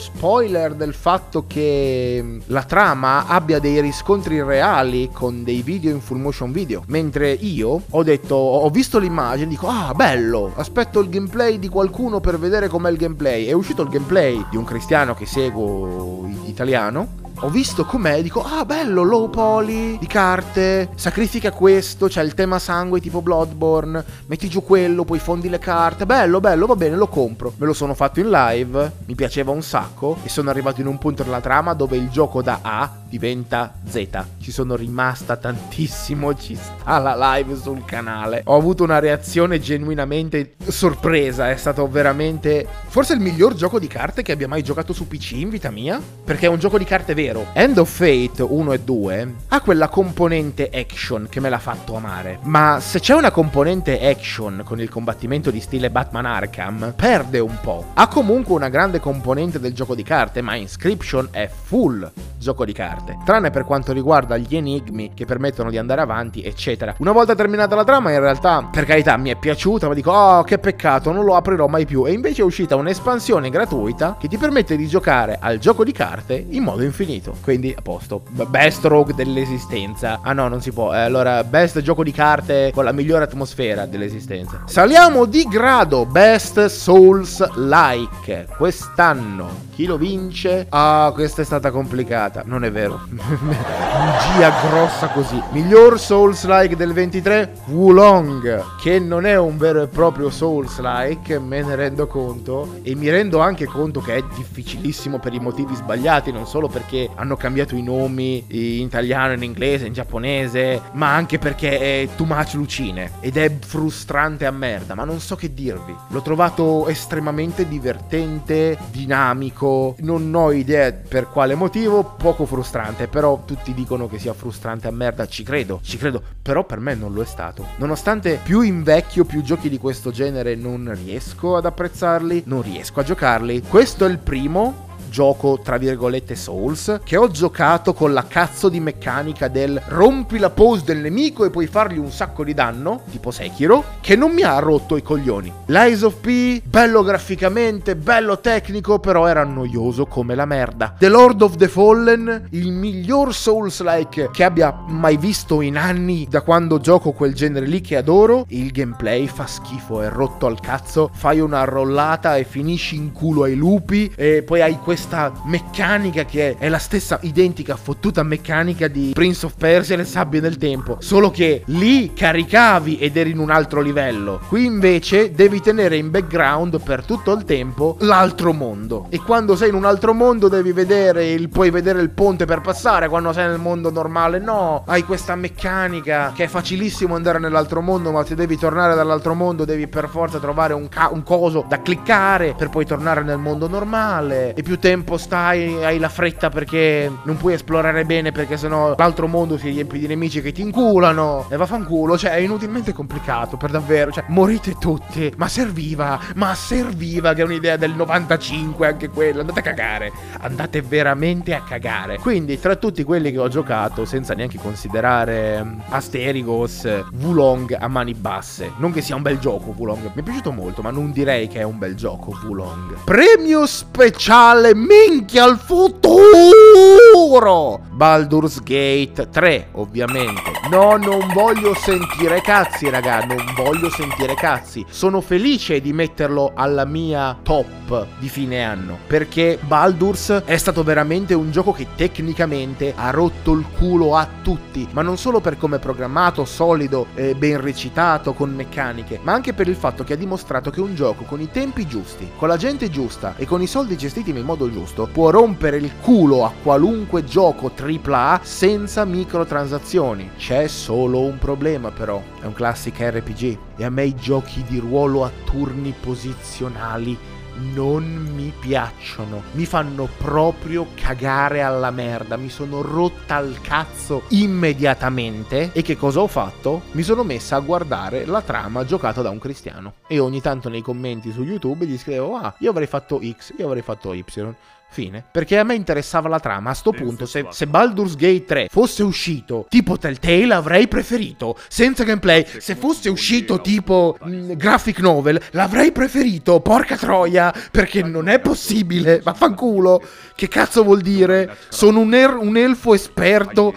del fatto che la trama abbia dei riscontri reali con dei video in full motion video. Mentre io ho visto l'immagine, dico ah bello, aspetto il gameplay di qualcuno per vedere com'è il gameplay. È uscito il gameplay di un cristiano che seguo italiano. Ho visto com'è, dico ah bello, low poly, di carte, sacrifica questo, c'è il tema sangue tipo Bloodborne, metti giù quello, poi fondi le carte, bello, va bene, lo compro. Me lo sono fatto in live, mi piaceva un sacco e sono arrivato in un punto della trama dove il gioco da A diventa Z. Ci sono rimasta tantissimo, ci sta la live sul canale. Ho avuto una reazione genuinamente sorpresa, è stato veramente forse il miglior gioco di carte che abbia mai giocato su PC in vita mia, perché è un gioco di carte vero. End of Fate 1 e 2 ha quella componente action che me l'ha fatto amare, ma se c'è una componente action con il combattimento di stile Batman Arkham perde un po'. Ha comunque una grande componente del gioco di carte, ma Inscription è full gioco di carte, tranne per quanto riguarda gli enigmi che permettono di andare avanti eccetera. Una volta terminata la trama, in realtà per carità mi è piaciuta, ma dico oh che peccato, non lo aprirò mai più. E invece è uscita un'espansione gratuita che ti permette di giocare al gioco di carte in modo infinito. Quindi a posto. Best rogue dell'esistenza. Ah no, non si può. Allora best gioco di carte con la migliore atmosfera dell'esistenza. Saliamo di grado. Best Souls like quest'anno. Chi lo vince? Ah, questa è stata complicata. Non è vero. Bugia grossa così. Miglior Souls like del 23, Wulong, che non è un vero e proprio Souls like, me ne rendo conto, e mi rendo anche conto che è difficilissimo per i motivi sbagliati, non solo perché hanno cambiato i nomi in italiano, in inglese, in giapponese, ma anche perché è too much lucine ed è frustrante a merda, ma non so che dirvi. L'ho trovato estremamente divertente, dinamico, non ho idea per quale motivo, poco frustrante, però tutti dicono che sia frustrante a merda, ci credo, però per me non lo è stato. Nonostante più invecchio, più giochi di questo genere non riesco ad apprezzarli, non riesco a giocarli. Questo è il primo gioco tra virgolette Souls che ho giocato con la cazzo di meccanica del rompi la pose del nemico e puoi fargli un sacco di danno, tipo Sekiro, che non mi ha rotto i coglioni. Lies of P, bello graficamente, bello tecnico, però era noioso come la merda. The Lord of the Fallen, il miglior Souls-like che abbia mai visto in anni da quando gioco quel genere lì che adoro. Il gameplay fa schifo, è rotto al cazzo, fai una rollata e finisci in culo ai lupi e poi hai questa meccanica che è la stessa identica fottuta meccanica di Prince of Persia e le sabbie del tempo, solo che lì caricavi ed eri in un altro livello, qui invece devi tenere in background per tutto il tempo l'altro mondo, e quando sei in un altro mondo devi vedere puoi vedere il ponte per passare. Quando sei nel mondo normale no, hai questa meccanica che è facilissimo andare nell'altro mondo, ma se devi tornare dall'altro mondo devi per forza trovare un coso da cliccare per poi tornare nel mondo normale, e più tempo stai, hai la fretta perché non puoi esplorare bene perché sennò l'altro mondo si riempie di nemici che ti inculano e vaffanculo. Cioè è inutilmente complicato, per davvero, cioè morite tutti, ma serviva che è un'idea del 95 anche quella. Andate a cagare, andate veramente a cagare. Quindi tra tutti quelli che ho giocato, senza neanche considerare Asterigos, Wulong a mani basse, non che sia un bel gioco Wulong, mi è piaciuto molto, ma non direi che è un bel gioco Wulong. Premio speciale minchia al futuro futuro. Baldur's Gate 3, ovviamente. No, non voglio sentire cazzi, raga, non voglio sentire cazzi. Sono felice di metterlo alla mia top di fine anno, perché Baldur's è stato veramente un gioco che tecnicamente ha rotto il culo a tutti, ma non solo per come è programmato, solido, ben recitato, con meccaniche, ma anche per il fatto che ha dimostrato che un gioco con i tempi giusti, con la gente giusta e con i soldi gestiti nel modo giusto può rompere il culo a qualunque gioco AAA senza microtransazioni. C'è solo un problema però, è un classic RPG e a me i giochi di ruolo a turni posizionali non mi piacciono, mi fanno proprio cagare alla merda, mi sono rotta al cazzo immediatamente. E che cosa ho fatto? Mi sono messa a guardare la trama giocata da un cristiano e ogni tanto nei commenti su YouTube gli scrivevo: ah, io avrei fatto X, io avrei fatto Y. Fine. Perché a me interessava la trama. A sto punto, se Baldur's Gate 3 fosse uscito tipo Telltale, avrei preferito senza gameplay. Se fosse uscito tipo graphic novel, l'avrei preferito. Porca troia, perché non è possibile. Vaffanculo. Che cazzo vuol dire? Sono un elfo esperto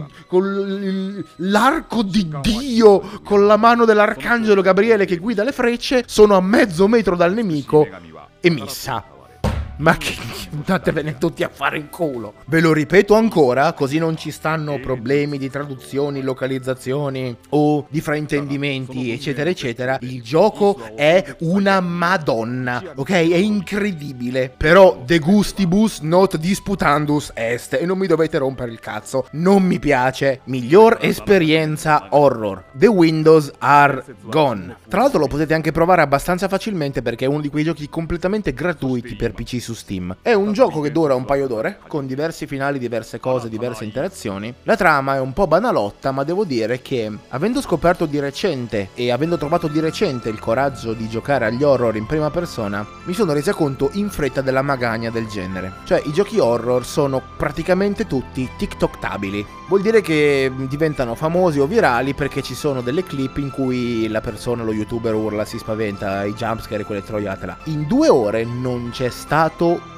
con l'arco di Dio, con la mano dell'arcangelo Gabriele che guida le frecce. Sono a mezzo metro dal nemico e missa. Ma che andatevene tutti a fare in culo. Ve lo ripeto ancora, così non ci stanno problemi di traduzioni, localizzazioni o di fraintendimenti, eccetera eccetera. Il gioco è una madonna, ok? È incredibile. Però de gustibus not disputandus est, e non mi dovete rompere il cazzo. Non mi piace. Miglior esperienza horror. The windows are gone. Tra l'altro lo potete anche provare abbastanza facilmente, perché è uno di quei giochi completamente gratuiti per PC su Steam. È un gioco che dura un paio d'ore, con diversi finali, diverse cose, diverse interazioni. La trama è un po' banalotta, ma devo dire che, avendo scoperto di recente e avendo trovato di recente il coraggio di giocare agli horror in prima persona, mi sono resa conto in fretta della magagna del genere. Cioè, i giochi horror sono praticamente tutti TikToktabili. Vuol dire che diventano famosi o virali perché ci sono delle clip in cui la persona, lo youtuber, urla, si spaventa, i jumpscare e quelle troiate là. In 2 ore non c'è stato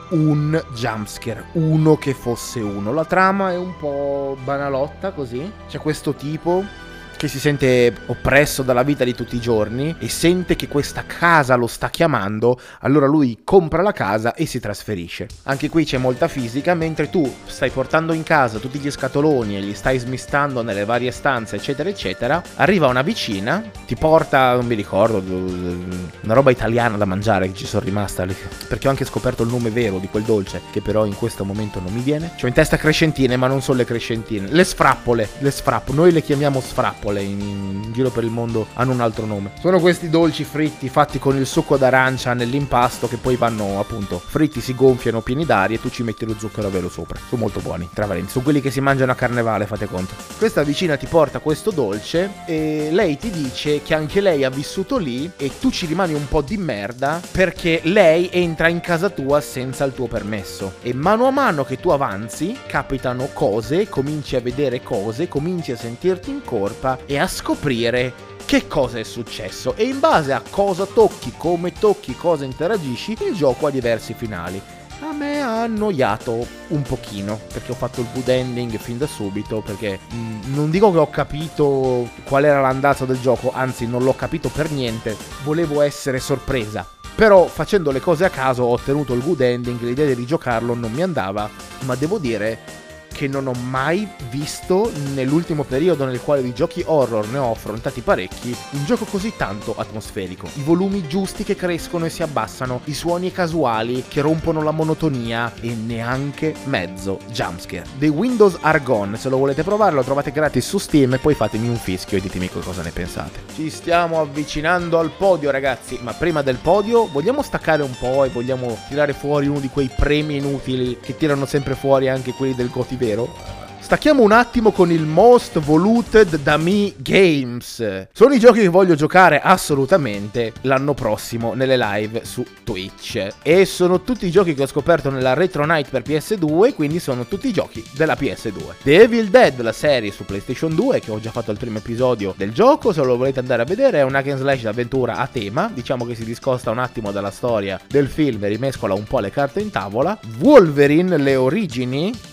un jumpscare, uno che fosse uno. La trama è un po' banalotta così. C'è questo tipo che si sente oppresso dalla vita di tutti i giorni e sente che questa casa lo sta chiamando, allora lui compra la casa e si trasferisce. Anche qui c'è molta fisica, mentre tu stai portando in casa tutti gli scatoloni e li stai smistando nelle varie stanze, eccetera eccetera. Arriva una vicina, ti porta, non mi ricordo, una roba italiana da mangiare che ci sono rimasta lì, perché ho anche scoperto il nome vero di quel dolce, che però in questo momento non mi viene. C'ho in testa crescentine, ma non sono le crescentine, le sfrappole, noi le chiamiamo sfrappole. In giro per il mondo hanno un altro nome. Sono questi dolci fritti fatti con il succo d'arancia nell'impasto, che poi vanno appunto fritti, si gonfiano pieni d'aria e tu ci metti lo zucchero a velo sopra. Sono molto buoni, tra parentesi, sono quelli che si mangiano a carnevale, fate conto. Questa vicina ti porta questo dolce e lei ti dice che anche lei ha vissuto lì e tu ci rimani un po' di merda perché lei entra in casa tua senza il tuo permesso, e mano a mano che tu avanzi capitano cose, cominci a vedere cose, cominci a sentirti in colpa e a scoprire che cosa è successo, e in base a cosa tocchi, come tocchi, cosa interagisci, il gioco ha diversi finali. A me ha annoiato un pochino, perché ho fatto il good ending fin da subito, perché non dico che ho capito qual era l'andazzo del gioco, anzi non l'ho capito per niente, volevo essere sorpresa. Però facendo le cose a caso ho ottenuto il good ending, l'idea di rigiocarlo non mi andava, ma devo dire che non ho mai visto nell'ultimo periodo, nel quale di giochi horror ne ho affrontati parecchi, un gioco così tanto atmosferico. I volumi giusti che crescono e si abbassano, i suoni casuali che rompono la monotonia e neanche mezzo jumpscare. The Windows Are Gone, se lo volete provare lo trovate gratis su Steam e poi fatemi un fischio e ditemi cosa ne pensate. Ci stiamo avvicinando al podio, ragazzi, ma prima del podio vogliamo staccare un po' e vogliamo tirare fuori uno di quei premi inutili che tirano sempre fuori anche quelli del Goti vero. Stacchiamo un attimo con il Most Voluted da Me Games. Sono i giochi che voglio giocare assolutamente l'anno prossimo nelle live su Twitch, e sono tutti i giochi che ho scoperto nella Retro Night per PS2, quindi sono tutti i giochi della PS2. The Evil Dead, la serie su PlayStation 2, che ho già fatto il primo episodio del gioco, se lo volete andare a vedere, è un hack and slash d'avventura a tema, diciamo che si discosta un attimo dalla storia del film e rimescola un po' le carte in tavola. Wolverine, le origini,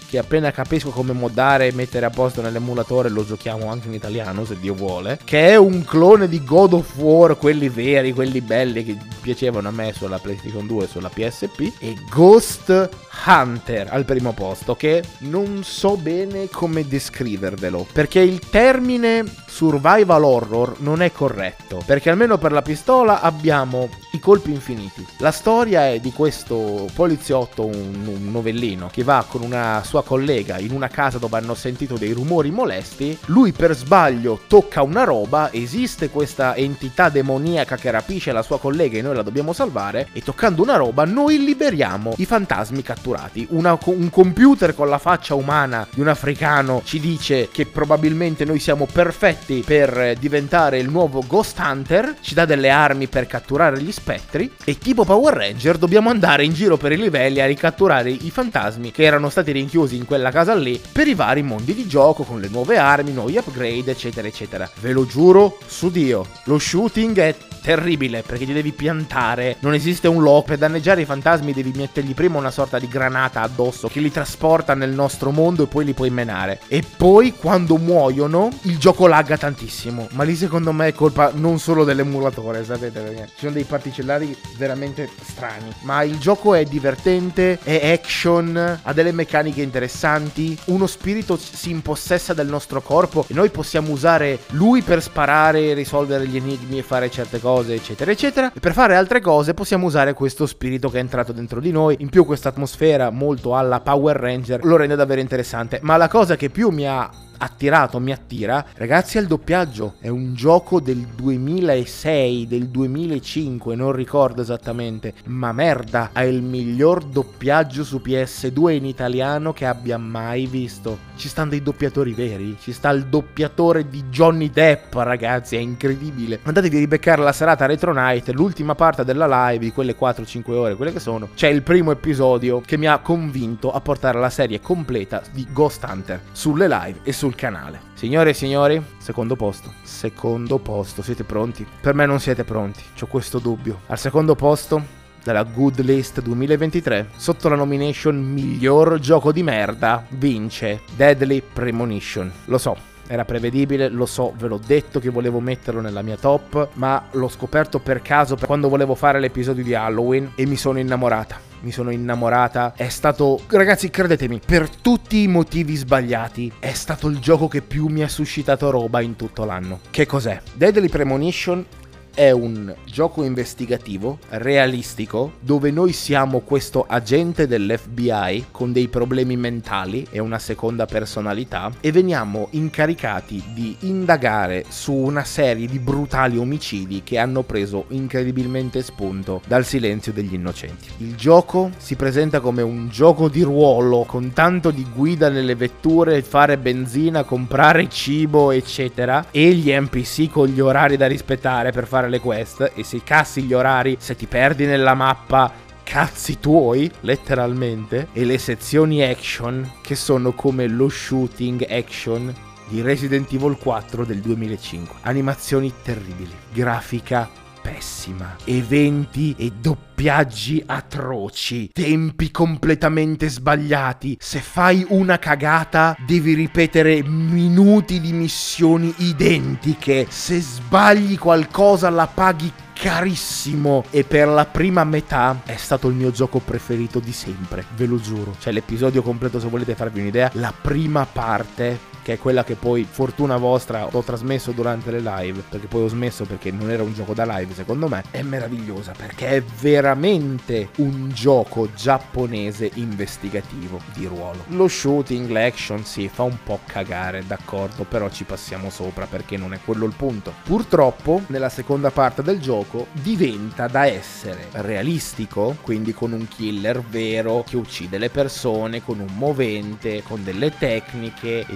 che appena capisco come moddare e mettere a posto nell'emulatore lo giochiamo anche in italiano, se Dio vuole, che è un clone di God of War, quelli veri, quelli belli che piacevano a me sulla PlayStation 2 e sulla PSP, e Ghost Hunter al primo posto, che non so bene come descrivervelo, perché il termine survival horror non è corretto, perché almeno per la pistola abbiamo i colpi infiniti. La storia è di questo poliziotto, un novellino, che va con una sua collega in una casa dove hanno sentito dei rumori molesti. Lui per sbaglio tocca una roba, esiste questa entità demoniaca che rapisce la sua collega e noi la dobbiamo salvare, e toccando una roba noi liberiamo i fantasmi catturati. Un computer con la faccia umana di un africano ci dice che probabilmente noi siamo perfetti per diventare il nuovo Ghost Hunter, ci dà delle armi per catturare gli spettri, e tipo Power Ranger dobbiamo andare in giro per i livelli a ricatturare i fantasmi che erano stati rinchiusi in quella casa lì per i vari mondi di gioco, con le nuove armi, nuovi upgrade, eccetera eccetera. Ve lo giuro su Dio, lo shooting è terribile perché ti devi piantare, non esiste un lock. Per danneggiare i fantasmi devi mettergli prima una sorta di granata addosso che li trasporta nel nostro mondo e poi li puoi menare, e poi quando muoiono il gioco lagga tantissimo, ma lì secondo me è colpa non solo dell'emulatore, sapete, perché ci sono dei particellari veramente strani, ma il gioco è divertente, è action, ha delle meccaniche interessanti, uno spirito si impossessa del nostro corpo e noi possiamo usare lui per sparare, risolvere gli enigmi e fare certe cose, eccetera eccetera, e per fare altre cose possiamo usare questo spirito che è entrato dentro di noi. In più questa atmosfera molto alla Power Ranger lo rende davvero interessante, ma la cosa che più mi attira, ragazzi, è il doppiaggio. È un gioco del 2006, del 2005, non ricordo esattamente, ma merda, ha il miglior doppiaggio su PS2 in italiano che abbia mai visto. Ci stanno dei doppiatori veri, ci sta il doppiatore di Johnny Depp, ragazzi, è incredibile. Andatevi a ribeccare la serata Retro Night, l'ultima parte della live di quelle 4-5 ore, quelle che sono. C'è il primo episodio che mi ha convinto a portare la serie completa di Ghost Hunter sulle live e sul canale. Signore e signori, secondo posto, siete pronti? Per me non siete pronti, c'ho questo dubbio. Al secondo posto della Good List 2023, sotto la nomination miglior gioco di merda, vince Deadly Premonition. Lo so, era prevedibile, lo so, ve l'ho detto che volevo metterlo nella mia top, ma l'ho scoperto per caso quando volevo fare l'episodio di Halloween e mi sono innamorata. È stato, ragazzi, credetemi, per tutti i motivi sbagliati, è stato il gioco che più mi ha suscitato roba in tutto l'anno. Che cos'è? Deadly Premonition è un gioco investigativo, realistico, dove noi siamo questo agente dell'FBI con dei problemi mentali e una seconda personalità e veniamo incaricati di indagare su una serie di brutali omicidi che hanno preso incredibilmente spunto dal silenzio degli innocenti. Il gioco si presenta come un gioco di ruolo con tanto di guida nelle vetture, fare benzina, comprare cibo, eccetera, e gli NPC con gli orari da rispettare per fare le quest, e se cassi gli orari, se ti perdi nella mappa, cazzi tuoi, letteralmente, e le sezioni action che sono come lo shooting action di Resident Evil 4 del 2005. Animazioni terribili, grafica pessima, eventi e doppiaggi atroci, tempi completamente sbagliati. Se fai una cagata devi ripetere minuti di missioni identiche, se sbagli qualcosa la paghi carissimo. E per la prima metà è stato il mio gioco preferito di sempre, ve lo giuro. C'è l'episodio completo se volete farvi un'idea. La prima parte, che è quella che poi, fortuna vostra, ho trasmesso durante le live, perché poi ho smesso perché non era un gioco da live, secondo me, è meravigliosa perché è veramente un gioco giapponese investigativo di ruolo. Lo shooting, l'action, sì, fa un po' cagare, d'accordo, però ci passiamo sopra perché non è quello il punto. Purtroppo, nella seconda parte del gioco diventa da essere realistico, quindi con un killer vero che uccide le persone, con un movente, con delle tecniche, eccetera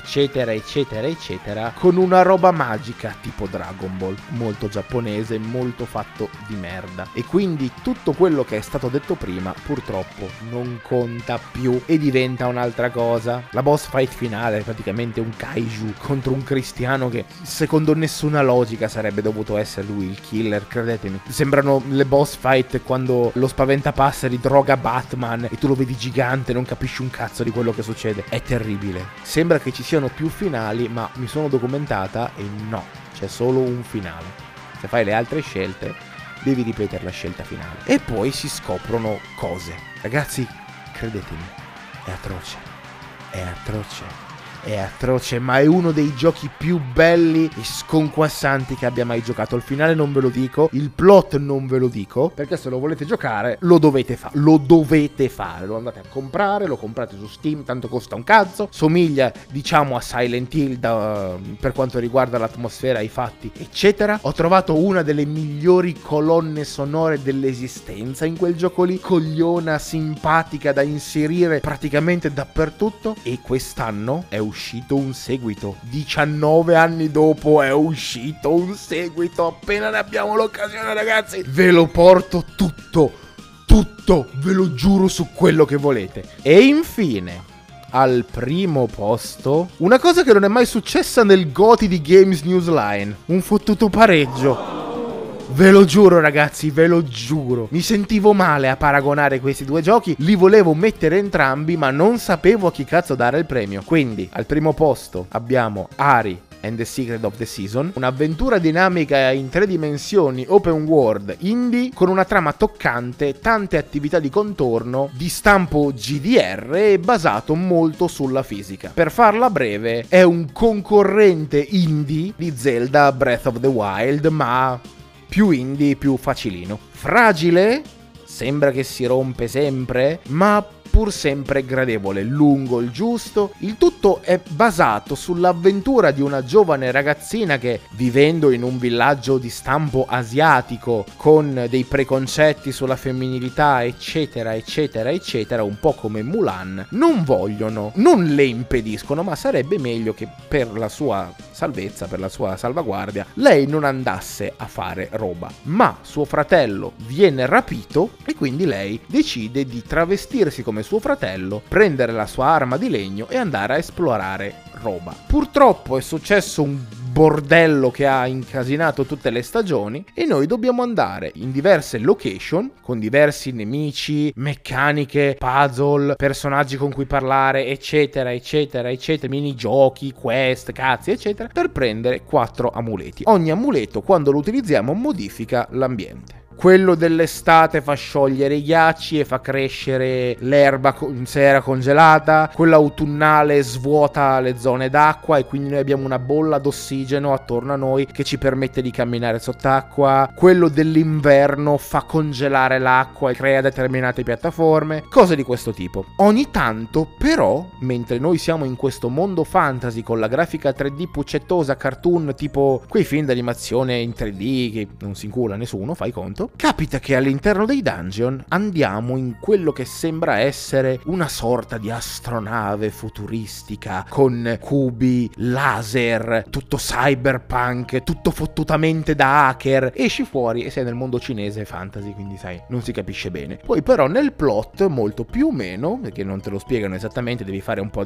eccetera eccetera eccetera, con una roba magica tipo Dragon Ball, molto giapponese, molto fatto di merda. E quindi tutto quello che è stato detto prima purtroppo non conta più e diventa un'altra cosa. La boss fight finale è praticamente un kaiju contro un cristiano che secondo nessuna logica sarebbe dovuto essere lui il killer, credetemi. Sembrano le boss fight quando lo spaventapasseri droga Batman e tu lo vedi gigante, non capisci un cazzo di quello che succede. È terribile. Sembra che ci siano più finali, ma mi sono documentata e no, c'è solo un finale. Se fai le altre scelte devi ripetere la scelta finale. E poi si scoprono cose. Ragazzi, credetemi, è atroce. È atroce. È atroce, ma è uno dei giochi più belli e sconquassanti che abbia mai giocato. Il finale non ve lo dico, il plot non ve lo dico, perché se lo volete giocare lo dovete fare. Lo dovete fare, lo andate a comprare, lo comprate su Steam, tanto costa un cazzo. Somiglia, diciamo, a Silent Hill per quanto riguarda l'atmosfera, i fatti, eccetera. Ho trovato una delle migliori colonne sonore dell'esistenza in quel gioco lì, cogliona, simpatica, da inserire praticamente dappertutto. E quest'anno è uscito un seguito. 19 anni dopo è uscito un seguito. Appena ne abbiamo l'occasione, ragazzi, ve lo porto tutto, ve lo giuro, su quello che volete. E infine, al primo posto, una cosa che non è mai successa nel GOTY di Games Newsline, un fottuto pareggio. Ve lo giuro, ragazzi, ve lo giuro. Mi sentivo male a paragonare questi due giochi. Li volevo mettere entrambi, ma non sapevo a chi cazzo dare il premio. Quindi, al primo posto abbiamo Ari and the Secret of the Season, un'avventura dinamica in 3 dimensioni, open world, indie, con una trama toccante, tante attività di contorno, di stampo GDR e basato molto sulla fisica. Per farla breve, è un concorrente indie di Zelda Breath of the Wild, ma più indie, più facilino. Fragile, sembra che si rompe sempre, ma pur sempre gradevole, lungo il giusto. Il tutto è basato sull'avventura di una giovane ragazzina che, vivendo in un villaggio di stampo asiatico, con dei preconcetti sulla femminilità, eccetera, eccetera, eccetera, un po' come Mulan, non le impediscono, ma sarebbe meglio che per la sua salvezza, per la sua salvaguardia, lei non andasse a fare roba. Ma suo fratello viene rapito e quindi lei decide di travestirsi come suo fratello, prendere la sua arma di legno e andare a esplorare roba. Purtroppo è successo un bordello che ha incasinato tutte le stagioni e noi dobbiamo andare in diverse location con diversi nemici, meccaniche, puzzle, personaggi con cui parlare, eccetera, eccetera, eccetera, minigiochi, quest, cazzi, eccetera, per prendere 4 amuleti. Ogni amuleto, quando lo utilizziamo, modifica l'ambiente. Quello dell'estate fa sciogliere i ghiacci e fa crescere l'erba se era congelata. Quello autunnale svuota le zone d'acqua e quindi noi abbiamo una bolla d'ossigeno attorno a noi che ci permette di camminare sott'acqua. Quello dell'inverno fa congelare l'acqua e crea determinate piattaforme. Cose di questo tipo. Ogni tanto, però, mentre noi siamo in questo mondo fantasy con la grafica 3D puccettosa, cartoon, tipo quei film d'animazione in 3D che non si incula nessuno, fai conto, capita che all'interno dei dungeon andiamo in quello che sembra essere una sorta di astronave futuristica con cubi, laser, tutto cyberpunk, tutto fottutamente da hacker. Esci fuori e sei nel mondo cinese fantasy, quindi sai, non si capisce bene. Poi però nel plot, molto più o meno, perché non te lo spiegano esattamente, devi fare un po'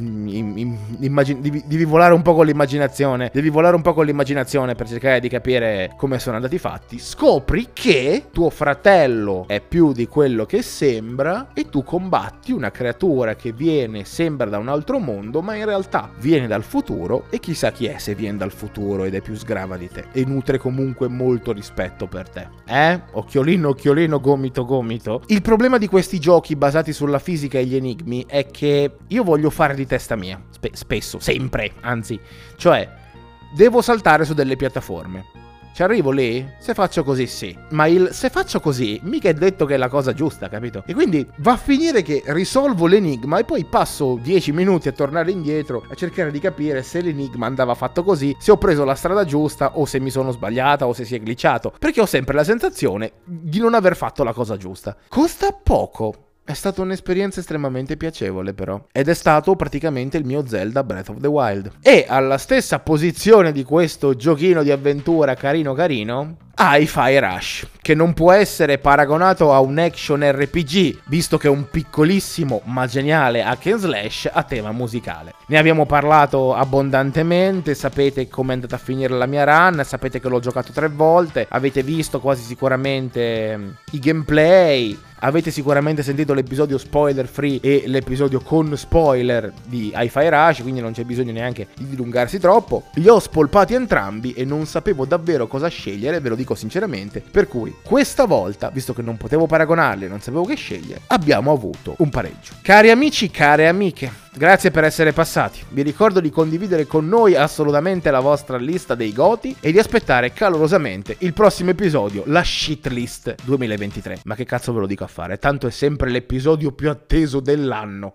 devi volare un po' con l'immaginazione, per cercare di capire come sono andati i fatti. Scopri che tuo fratello è più di quello che sembra e tu combatti una creatura che sembra da un altro mondo, ma in realtà viene dal futuro, e chissà chi è se viene dal futuro ed è più sgrava di te e nutre comunque molto rispetto per te. Occhiolino, occhiolino, gomito, gomito. Il problema di questi giochi basati sulla fisica e gli enigmi è che io voglio fare di testa mia, spesso, sempre, anzi, cioè devo saltare su delle piattaforme. Ci arrivo lì? Se faccio così sì. Ma il se faccio così mica è detto che è la cosa giusta, capito? E quindi va a finire che risolvo l'enigma e poi passo 10 minuti a tornare indietro a cercare di capire se l'enigma andava fatto così, se ho preso la strada giusta o se mi sono sbagliata o se si è glitchato, perché ho sempre la sensazione di non aver fatto la cosa giusta. Costa poco. È stata un'esperienza estremamente piacevole però, ed è stato praticamente il mio Zelda Breath of the Wild. E alla stessa posizione di questo giochino di avventura carino carino, Hi-Fi Rush, che non può essere paragonato a un action RPG, visto che è un piccolissimo ma geniale hack and slash a tema musicale. Ne abbiamo parlato abbondantemente, sapete come è andata a finire la mia run, sapete che l'ho giocato 3 volte, avete visto quasi sicuramente i gameplay, avete sicuramente sentito l'episodio spoiler free e l'episodio con spoiler di Hi-Fi Rush, quindi non c'è bisogno neanche di dilungarsi troppo. Li ho spolpati entrambi e non sapevo davvero cosa scegliere, ve lo dico sinceramente, per cui questa volta, visto che non potevo paragonarli e non sapevo che scegliere, abbiamo avuto un pareggio. Cari amici, care amiche, grazie per essere passati. Vi ricordo di condividere con noi assolutamente la vostra lista dei GOTY e di aspettare calorosamente il prossimo episodio, la Shitlist 2023. Ma che cazzo ve lo dico a fare? Tanto è sempre l'episodio più atteso dell'anno.